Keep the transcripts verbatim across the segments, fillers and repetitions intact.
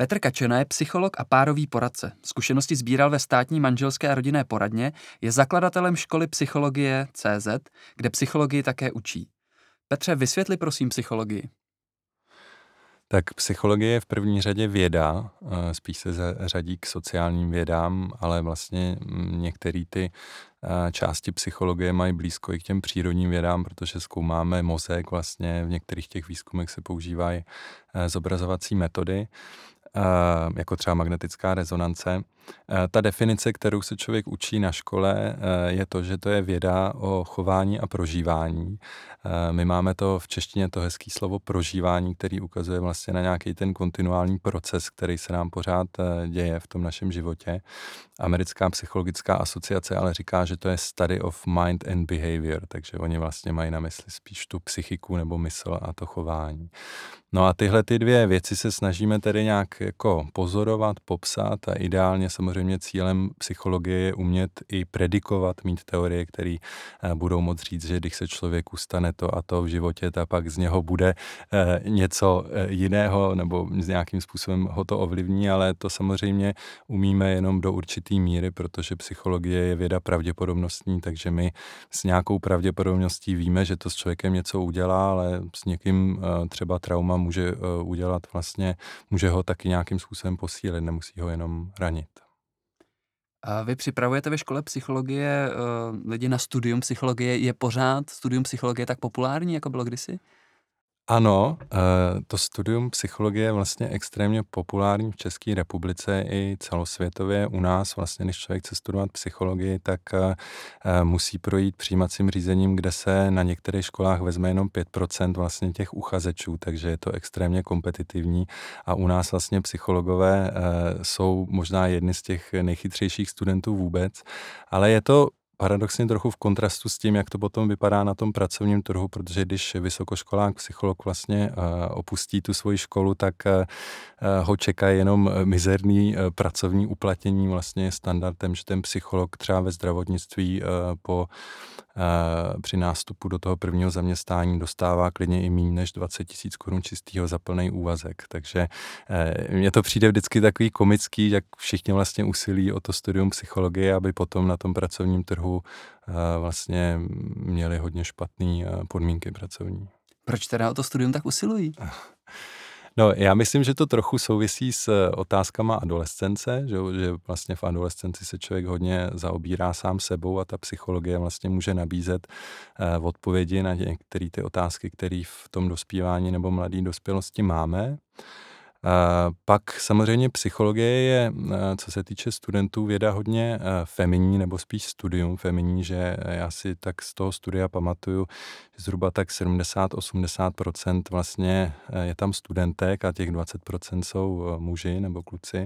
Petr Kačena je psycholog a párový poradce. Zkušenosti sbíral ve státní manželské a rodinné poradně, je zakladatelem školy psychologie tečka cé zet, kde psychologii také učí. Petře, vysvětli prosím psychologii. Tak psychologie je v první řadě věda, spíš se řadí k sociálním vědám, ale vlastně některé ty části psychologie mají blízko i k těm přírodním vědám, protože zkoumáme mozek, vlastně v některých těch výzkumech se používají zobrazovací metody, jako třeba magnetická rezonance. Ta definice, kterou se člověk učí na škole, je to, že to je věda o chování a prožívání. My máme to v češtině to hezký slovo prožívání, který ukazuje vlastně na nějaký ten kontinuální proces, který se nám pořád děje v tom našem životě. Americká psychologická asociace ale říká, že to je study of mind and behavior, takže oni vlastně mají na mysli spíš tu psychiku nebo mysl a to chování. No a tyhle ty dvě věci se snažíme tedy nějak jako pozorovat, popsat a ideálně samozřejmě cílem psychologie je umět i predikovat, mít teorie, které budou moct říct, že když se člověku stane to a to v životě, tak pak z něho bude něco jiného nebo nějakým způsobem ho to ovlivní, ale to samozřejmě umíme jenom do určitý míry, protože psychologie je věda pravděpodobnostní, takže my s nějakou pravděpodobností víme, že to s člověkem něco udělá, ale s někým třeba trauma může udělat vlastně, může ho taky nějakým způsobem posílit, nemusí ho jenom ranit. A vy připravujete ve škole psychologie uh, lidi na studium psychologie. Je pořád studium psychologie tak populární, jako bylo kdysi? Ano, to studium psychologie je vlastně extrémně populární v České republice i celosvětově. U nás vlastně, když člověk chce studovat psychologii, tak musí projít přijímacím řízením, kde se na některých školách vezme jenom pět procent vlastně těch uchazečů, takže je to extrémně kompetitivní a u nás vlastně psychologové jsou možná jedni z těch nejchytřejších studentů vůbec, ale je to paradoxně trochu v kontrastu s tím, jak to potom vypadá na tom pracovním trhu, protože když vysokoškolák, psycholog vlastně uh, opustí tu svoji školu, tak uh, ho čeká jenom mizerný uh, pracovní uplatnění. Vlastně standardem, že ten psycholog třeba ve zdravotnictví uh, po uh, při nástupu do toho prvního zaměstnání dostává klidně i méně než dvacet tisíc korun čistýho za plný úvazek. Takže uh, mně to přijde vždycky takový komický, jak všichni vlastně usilí o to studium psychologie, aby potom na tom pracovním trhu vlastně měli hodně špatné podmínky pracovní. Proč teda o to studium tak usilují? No, já myslím, že to trochu souvisí s otázkama adolescence, že, že vlastně v adolescenci se člověk hodně zaobírá sám sebou a ta psychologie vlastně může nabízet uh, odpovědi na některé ty otázky, které v tom dospívání nebo mladé dospělosti máme. Uh, pak samozřejmě psychologie je, uh, co se týče studentů, věda hodně uh, feminní, nebo spíš studium feminní, že já si tak z toho studia pamatuju, že zhruba tak sedmdesát až osmdesát procent vlastně uh, je tam studentek a těch dvacet procent jsou uh, muži nebo kluci.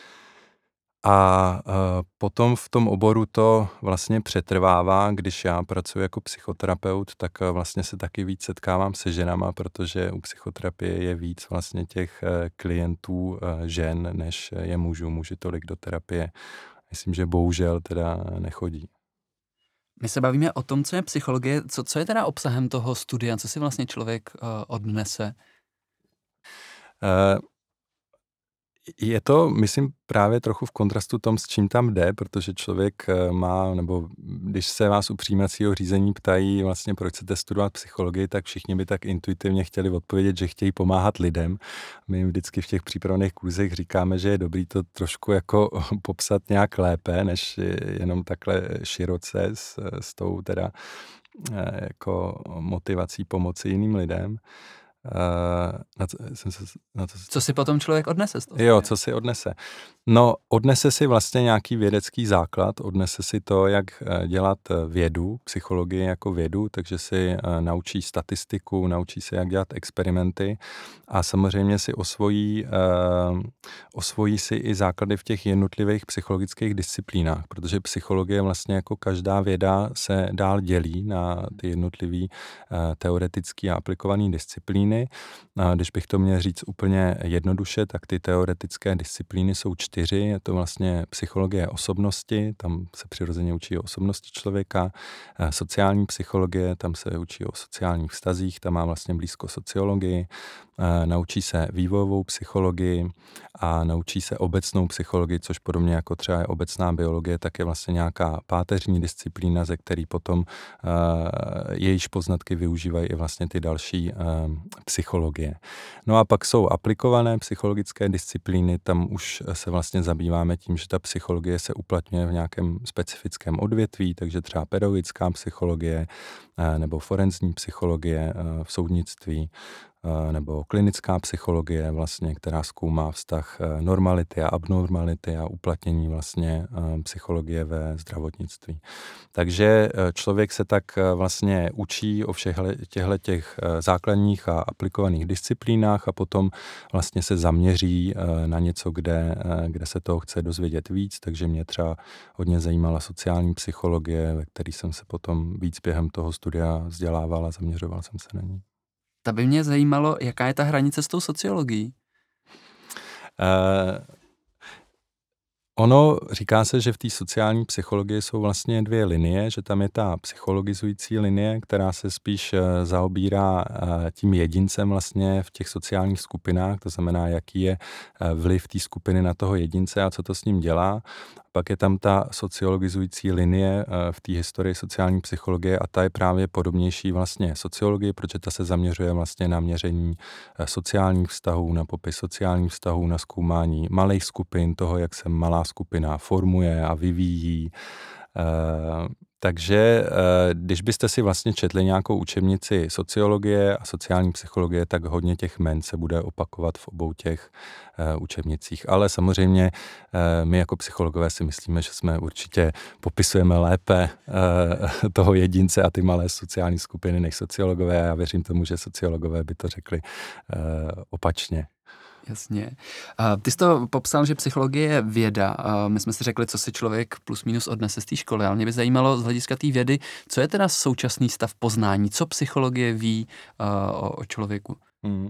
A uh, potom v tom oboru to vlastně přetrvává, když já pracuji jako psychoterapeut, tak uh, vlastně se taky víc setkávám se ženama, protože u psychoterapie je víc vlastně těch uh, klientů uh, žen, než je mužů. Muži tolik do terapie, myslím, že bohužel teda nechodí. My se bavíme o tom, co je psychologie, co, co je teda obsahem toho studia, co si vlastně člověk uh, odnese? Uh, Je to, myslím, právě trochu v kontrastu tom, s čím tam jde, protože člověk má, nebo když se vás u přijímacího řízení ptají vlastně, proč chcete studovat psychologii, tak všichni by tak intuitivně chtěli odpovědět, že chtějí pomáhat lidem. My jim vždycky v těch přípravných kurzech říkáme, že je dobrý to trošku jako popsat nějak lépe, než jenom takhle široce s, s tou teda jako motivací pomoci jiným lidem. Uh, na to, jsem se, na to... Co si potom člověk odnese z toho? Jo, co si odnese. No, odnese si vlastně nějaký vědecký základ, odnese si to, jak dělat vědu, psychologii jako vědu, takže si naučí statistiku, naučí se, jak dělat experimenty a samozřejmě si osvojí, uh, osvojí si i základy v těch jednotlivých psychologických disciplínách, protože psychologie vlastně jako každá věda se dál dělí na ty jednotlivý uh, teoretický a aplikovaný disciplíny. A když bych to měl říct úplně jednoduše, tak ty teoretické disciplíny jsou čtyři. Je to vlastně psychologie osobnosti, tam se přirozeně učí o osobnosti člověka, sociální psychologie, tam se učí o sociálních vztazích, tam má vlastně blízko sociologii, naučí se vývojovou psychologii a naučí se obecnou psychologii, což podobně jako třeba je obecná biologie, tak je vlastně nějaká páteřní disciplína, ze který potom jejíž poznatky využívají i vlastně ty další psychologie. No a pak jsou aplikované psychologické disciplíny, tam už se vlastně zabýváme tím, že ta psychologie se uplatňuje v nějakém specifickém odvětví, takže třeba pedagogická psychologie nebo forenzní psychologie v soudnictví, nebo klinická psychologie vlastně, která zkoumá vztah normality a abnormality a uplatnění vlastně psychologie ve zdravotnictví. Takže člověk se tak vlastně učí o všech těchto těch základních a aplikovaných disciplínách a potom vlastně se zaměří na něco, kde, kde se toho chce dozvědět víc, takže mě třeba hodně zajímala sociální psychologie, ve které jsem se potom víc během toho studia vzdělával a zaměřoval jsem se na ní. Ta by mě zajímalo, jaká je ta hranice s tou sociologií? Uh, ono říká se, že v té sociální psychologii jsou vlastně dvě linie, že tam je ta psychologizující linie, která se spíš zaobírá tím jedincem vlastně v těch sociálních skupinách, to znamená, jaký je vliv té skupiny na toho jedince a co to s ním dělá. Pak je tam ta sociologizující linie v té historii sociální psychologie a ta je právě podobnější vlastně sociologii, protože ta se zaměřuje vlastně na měření sociálních vztahů, na popis sociálních vztahů, na zkoumání malých skupin, toho, jak se malá skupina formuje a vyvíjí. Takže když byste si vlastně četli nějakou učebnici sociologie a sociální psychologie, tak hodně těch jmen se bude opakovat v obou těch učebnicích. Ale samozřejmě my jako psychologové si myslíme, že jsme určitě popisujeme lépe toho jedince a ty malé sociální skupiny než sociologové. Já věřím tomu, že sociologové by to řekli opačně. Jasně. A ty jsi to popsal, že psychologie je věda. A my jsme si řekli, co si člověk plus minus odnese z té školy, ale mě by zajímalo z hlediska té vědy, co je teda současný stav poznání, co psychologie ví uh, o, o člověku. Hmm.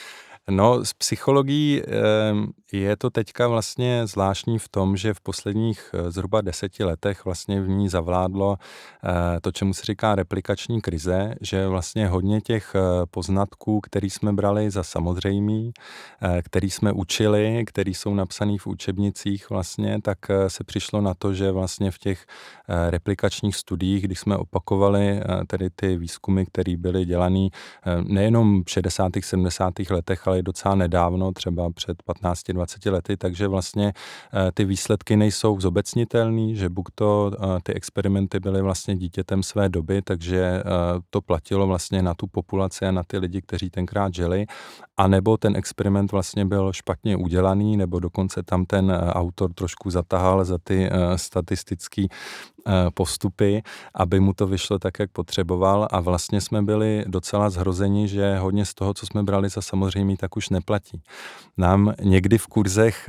No, s psychologií je to teďka vlastně zvláštní v tom, že v posledních zhruba deseti letech vlastně v ní zavládlo to, čemu se říká replikační krize, že vlastně hodně těch poznatků, který jsme brali za samozřejmý, který jsme učili, který jsou napsaný v učebnicích vlastně, tak se přišlo na to, že vlastně v těch replikačních studiích, když jsme opakovali tedy ty výzkumy, které byly dělané nejenom v šedesátých, sedmdesátých letech, ale i docela nedávno, třeba před patnácti dvaceti lety, takže vlastně ty výsledky nejsou zobecnitelný, že buď to ty experimenty byly vlastně dítětem své doby, takže to platilo vlastně na tu populaci a na ty lidi, kteří tenkrát žili, anebo ten experiment vlastně byl špatně udělaný, nebo dokonce tam ten autor trošku zatahal za ty statistické postupy, aby mu to vyšlo tak, jak potřeboval a vlastně jsme byli docela zhrozeni, že hodně z toho, co jsme brali za samozřejmý, tak už neplatí. Nám někdy v kurzech,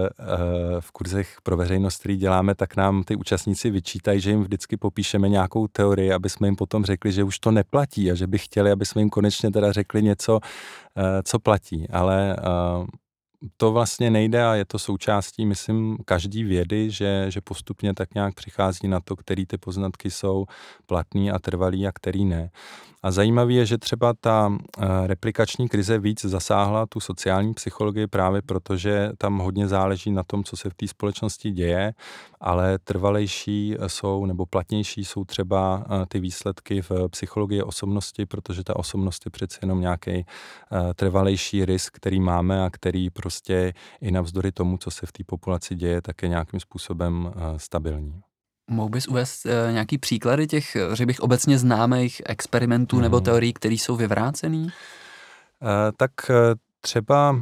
v kurzech pro veřejnost, který děláme, tak nám ty účastníci vyčítají, že jim vždycky popíšeme nějakou teorii, aby jsme jim potom řekli, že už to neplatí a že by chtěli, aby jsme jim konečně teda řekli něco, co platí, ale to vlastně nejde a je to součástí, myslím, každý vědy, že, že postupně tak nějak přichází na to, který ty poznatky jsou platný a trvalý a který ne. A zajímavé je, že třeba ta replikační krize víc zasáhla tu sociální psychologii právě proto, že tam hodně záleží na tom, co se v té společnosti děje, ale trvalejší jsou nebo platnější jsou třeba ty výsledky v psychologii osobnosti, protože ta osobnost je přece jenom nějaký trvalejší risk, který máme a který prostě i navzdory tomu, co se v té populaci děje, tak je nějakým způsobem stabilní. Mohl bys uvést e, nějaký příklady těch, řekl bych, obecně známých experimentů mm. nebo teorií, které jsou vyvrácený? E, tak třeba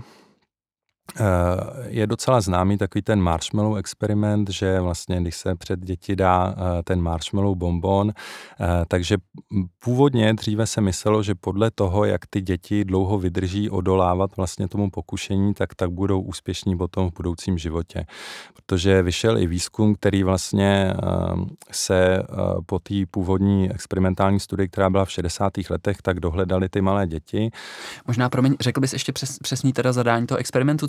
je docela známý takový ten marshmallow experiment, že vlastně, když se před děti dá ten marshmallow bonbon, takže původně dříve se myslelo, že podle toho, jak ty děti dlouho vydrží odolávat vlastně tomu pokušení, tak tak budou úspěšní potom v budoucím životě. Protože vyšel i výzkum, který vlastně se po té původní experimentální studii, která byla v šedesátých letech, tak dohledali ty malé děti. Možná, promiň, řekl bys ještě přes, přesný teda zadání toho experimentu,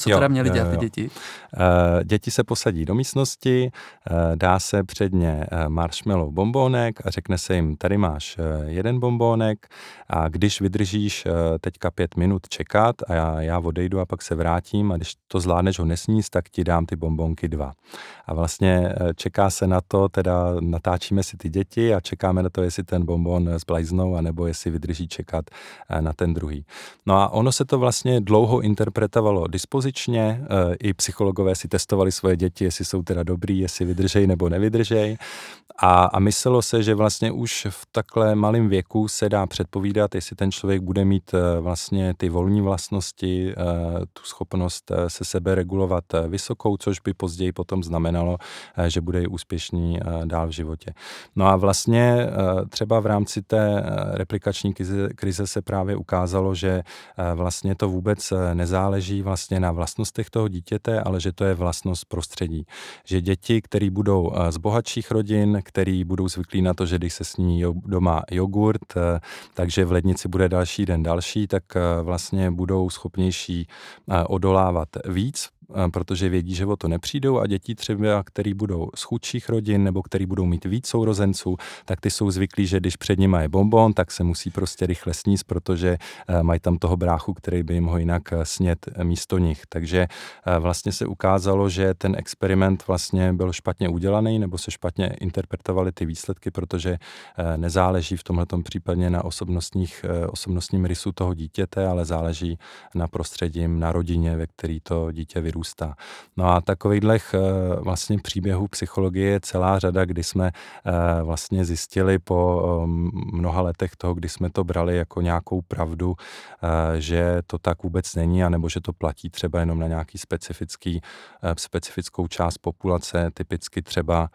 Co jo, teda měly dělat jo, ty jo. děti? Děti se posadí do místnosti, dá se před ně marshmallow bombónek a řekne se jim, tady máš jeden bombónek a když vydržíš teďka pět minut čekat a já, já odejdu a pak se vrátím a když to zvládneš ho nesníst, tak ti dám ty bombónky dva. A vlastně čeká se na to, teda natáčíme si ty děti a čekáme na to, jestli ten bonbon zblajznou, anebo jestli vydrží čekat na ten druhý. No a ono se to vlastně dlouho interpretovalo dispozičně, i psychologové si testovali svoje děti, jestli jsou teda dobrý, jestli vydržej nebo nevydržej. A, a myslelo se, že vlastně už v takhle malém věku se dá předpovídat, jestli ten člověk bude mít vlastně ty volní vlastnosti, tu schopnost se sebe regulovat vysokou, což by později potom znamenalo, že bude i úspěšný dál v životě. No a vlastně třeba v rámci té replikační krize, krize se právě ukázalo, že vlastně to vůbec nezáleží vlastně na vlastnostech toho dítěte, ale že to je vlastnost prostředí. Že děti, které budou z bohatších rodin, který budou zvyklí na to, že když se sní doma jogurt, takže v lednici bude další den další, tak vlastně budou schopnější odolávat víc, protože vědí, že o to nepřijdou a děti třeba, který budou z chudších rodin nebo který budou mít víc sourozenců, tak ty jsou zvyklí, že když před nimi je bonbon, tak se musí prostě rychle sníst, protože mají tam toho bráchu, který by jim ho jinak snět místo nich. Takže vlastně se ukázalo, že ten experiment vlastně byl špatně udělaný nebo se špatně interpretovaly ty výsledky, protože nezáleží v tomhletom případě na osobnostních, osobnostním rysu toho dítěte, ale záleží na prostředím, na rodině, ve který to dítě vyrůstá. Růstá. No a takovýchhlech vlastně příběhů psychologie je celá řada, kdy jsme vlastně zjistili po mnoha letech toho, kdy jsme to brali jako nějakou pravdu, že to tak vůbec není, anebo že to platí třeba jenom na nějaký specifický, specifickou část populace, typicky třeba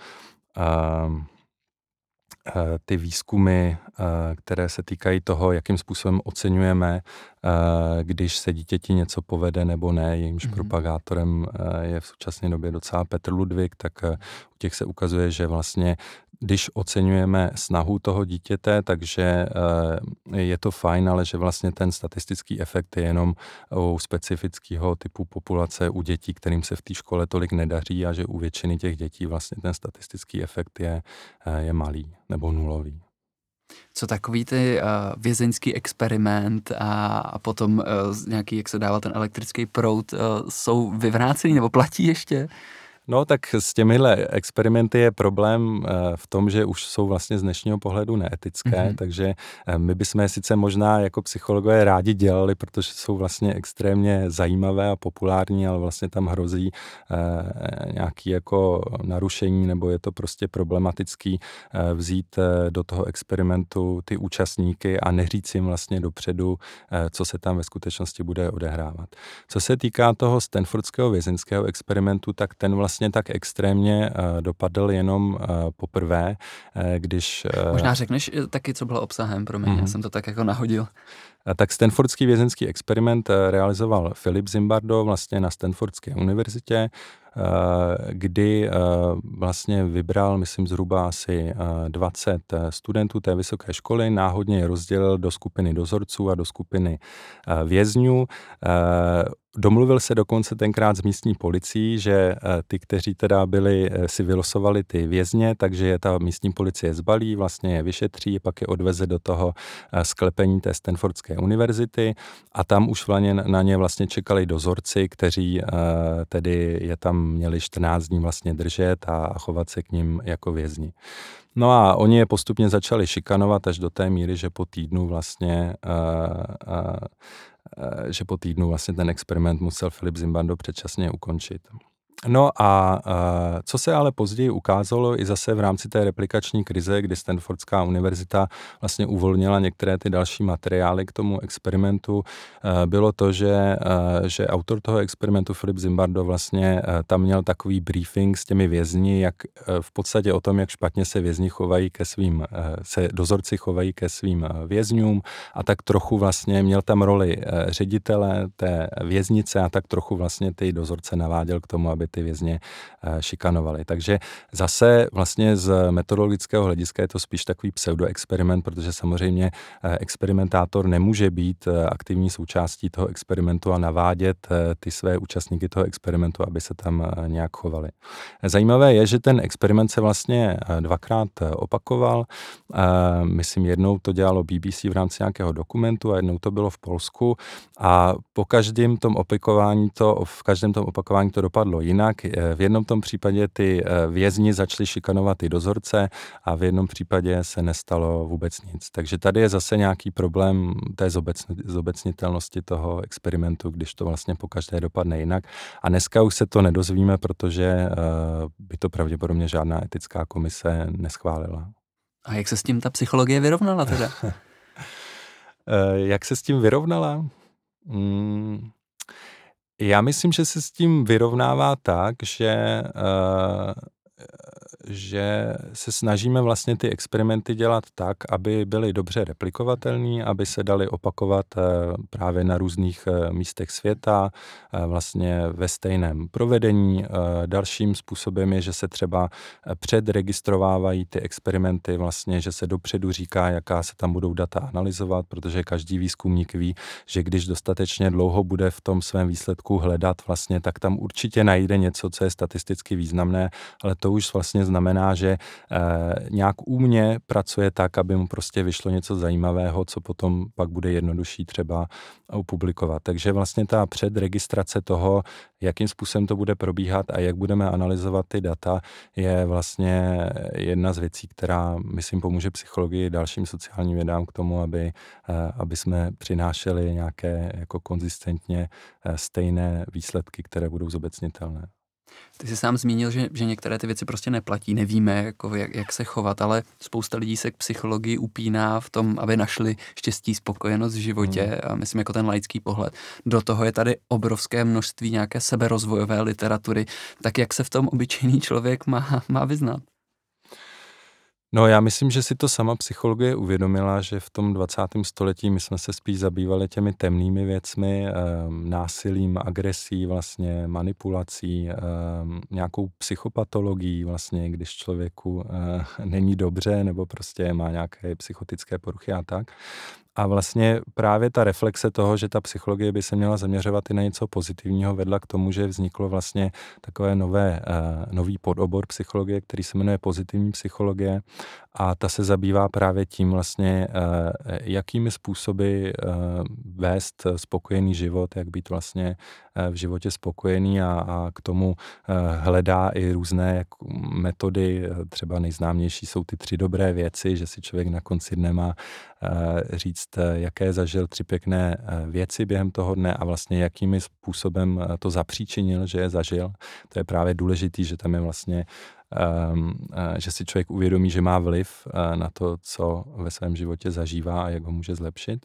ty výzkumy, které se týkají toho, jakým způsobem oceňujeme, když se dítěti něco povede nebo ne. Jejímž mm-hmm. propagátorem je v současné době docela Petr Ludwig, tak u těch se ukazuje, že vlastně když oceňujeme snahu toho dítěte, takže je to fajn, ale že vlastně ten statistický efekt je jenom u specifického typu populace, u dětí, kterým se v té škole tolik nedaří a že u většiny těch dětí vlastně ten statistický efekt je, je malý nebo nulový. Co takový ty uh, vězeňský experiment a, a potom uh, nějaký, jak se dává ten elektrický proud, uh, jsou vyvrácený nebo platí ještě? No tak s těmihle experimenty je problém v tom, že už jsou vlastně z dnešního pohledu neetické, mm-hmm. takže my bychom je sice možná jako psychologové rádi dělali, protože jsou vlastně extrémně zajímavé a populární, ale vlastně tam hrozí nějaký jako narušení, nebo je to prostě problematický vzít do toho experimentu ty účastníky a neříct jim vlastně dopředu, co se tam ve skutečnosti bude odehrávat. Co se týká toho stanfordského vězeňského experimentu, tak ten vlastně tak extrémně uh, dopadl jenom uh, poprvé, uh, když... Uh, Možná řekneš taky, co bylo obsahem, pro mě, mm-hmm. já jsem to tak jako nahodil. Uh, tak stanfordský vězeňský experiment uh, realizoval Philip Zimbardo vlastně na Stanfordské univerzitě, uh, kdy uh, vlastně vybral, myslím, zhruba asi uh, dvacet studentů té vysoké školy, náhodně je rozdělil do skupiny dozorců a do skupiny uh, vězňů. Uh, Domluvil se dokonce tenkrát s místní policií, že ty, kteří teda byli, si vylosovali ty vězně, takže je ta místní policie zbalí, vlastně je vyšetří, pak je odveze do toho sklepení té Stanfordské univerzity a tam už na ně vlastně čekali dozorci, kteří tedy je tam měli čtrnáct dní vlastně držet a chovat se k ním jako vězni. No a oni je postupně začali šikanovat až do té míry, že po týdnu vlastně uh, uh, že po týdnu vlastně ten experiment musel Philip Zimbardo předčasně ukončit. No a co se ale později ukázalo i zase v rámci té replikační krize, kdy Stanfordská univerzita vlastně uvolnila některé ty další materiály k tomu experimentu, bylo to, že, že autor toho experimentu Philip Zimbardo vlastně tam měl takový briefing s těmi vězni, jak v podstatě o tom, jak špatně se vězni chovají ke svým, se dozorci chovají ke svým vězňům a tak trochu vlastně měl tam roli ředitele té věznice a tak trochu vlastně ty dozorce naváděl k tomu, aby ty vězně šikanovali. Takže zase vlastně z metodologického hlediska je to spíš takový pseudoexperiment, protože samozřejmě experimentátor nemůže být aktivní součástí toho experimentu a navádět ty své účastníky toho experimentu, aby se tam nějak chovali. Zajímavé je, že ten experiment se vlastně dvakrát opakoval. Myslím, jednou to dělalo B B C v rámci nějakého dokumentu a jednou to bylo v Polsku a po každém tom opakování to, v každém tom opakování to dopadlo jinak. V jednom tom případě ty vězni začali šikanovat ty dozorce a v jednom případě se nestalo vůbec nic. Takže tady je zase nějaký problém té zobecnitelnosti toho experimentu, když to vlastně po každé dopadne jinak. A dneska už se to nedozvíme, protože by to pravděpodobně žádná etická komise neschválila. A jak se s tím ta psychologie vyrovnala teda? Jak se s tím vyrovnala? Hmm. Já myslím, že se s tím vyrovnává tak, že, že se snažíme vlastně ty experimenty dělat tak, aby byly dobře replikovatelný, aby se daly opakovat právě na různých místech světa, vlastně ve stejném provedení. Dalším způsobem je, že se třeba předregistrovávají ty experimenty, vlastně, že se dopředu říká, jaká se tam budou data analyzovat, protože každý výzkumník ví, že když dostatečně dlouho bude v tom svém výsledku hledat vlastně, tak tam určitě najde něco, co je statisticky významné, ale to už vlastně znamená, že eh, nějak úmně pracuje tak, aby mu prostě vyšlo něco zajímavého, co potom pak bude jednodušší třeba opublikovat. Takže vlastně ta předregistrace toho, jakým způsobem to bude probíhat a jak budeme analyzovat ty data, je vlastně jedna z věcí, která, myslím, pomůže psychologii dalším sociálním vědám k tomu, aby, aby jsme přinášeli nějaké jako konzistentně stejné výsledky, které budou zobecnitelné. Ty jsi sám zmínil, že, že některé ty věci prostě neplatí, nevíme, jako jak, jak se chovat, ale spousta lidí se k psychologii upíná v tom, aby našli štěstí, spokojenost v životě hmm. a myslím jako ten laický pohled. Do toho je tady obrovské množství nějaké seberozvojové literatury, tak jak se v tom obyčejný člověk má, má vyznat? No já myslím, že si to sama psychologie uvědomila, že v tom dvacátém století my jsme se spíš zabývali těmi temnými věcmi, eh, násilím, agresí, vlastně manipulací, eh, nějakou psychopatologií, vlastně, když člověku eh, není dobře nebo prostě má nějaké psychotické poruchy a tak. A vlastně právě ta reflexe toho, že ta psychologie by se měla zaměřovat i na něco pozitivního, vedla k tomu, že vzniklo vlastně takové nové, uh, nový podobor psychologie, který se jmenuje pozitivní psychologie a ta se zabývá právě tím vlastně, uh, jakými způsoby uh, vést spokojený život, jak být vlastně uh, v životě spokojený a, a k tomu uh, hledá i různé jak, metody, třeba nejznámější jsou ty tři dobré věci, že si člověk na konci dne má uh, říct, jaké zažil tři pěkné věci během toho dne a vlastně jakými způsobem to zapříčinil, že je zažil. To je právě důležitý, že tam je vlastně, um, že si člověk uvědomí, že má vliv na to, co ve svém životě zažívá a jak ho může zlepšit.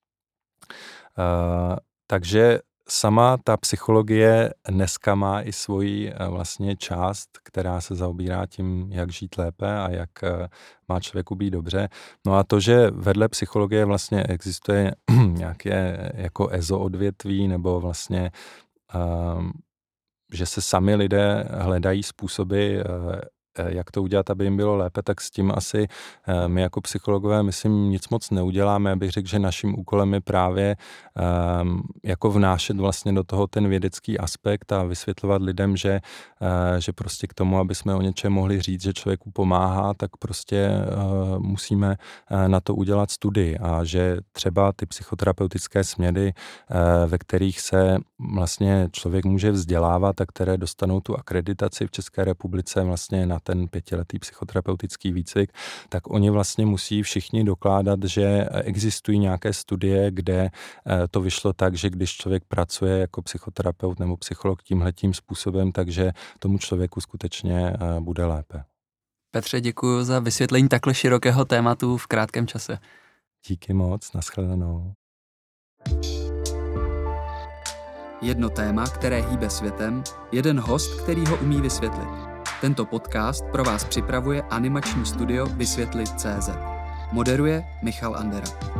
Uh, takže sama ta psychologie dneska má i svoji vlastně část, která se zaobírá tím, jak žít lépe a jak má člověku být dobře. No a to, že vedle psychologie vlastně existuje nějaké jako ezo odvětví nebo vlastně, um, že se sami lidé hledají způsoby, uh, jak to udělat, aby jim bylo lépe, tak s tím asi my jako psychologové, myslím, nic moc neuděláme. Já bych řekl, že naším úkolem je právě um, jako vnášet vlastně do toho ten vědecký aspekt a vysvětlovat lidem, že, uh, že prostě k tomu, aby jsme o něčem mohli říct, že člověku pomáhá, tak prostě uh, musíme uh, na to udělat studii a že třeba ty psychoterapeutické směry, uh, ve kterých se vlastně člověk může vzdělávat a které dostanou tu akreditaci v České republice vlastně na ten pětiletý psychoterapeutický výcvik, tak oni vlastně musí všichni dokládat, že existují nějaké studie, kde to vyšlo tak, že když člověk pracuje jako psychoterapeut nebo psycholog tímhletím způsobem, takže tomu člověku skutečně bude lépe. Petře, děkuji za vysvětlení takhle širokého tématu v krátkém čase. Díky moc, nashledanou. Jedno téma, které hýbe světem, jeden host, který ho umí vysvětlit. Tento podcast pro vás připravuje animační studio Vysvětlit tečka cé zet. Moderuje Michal Andera.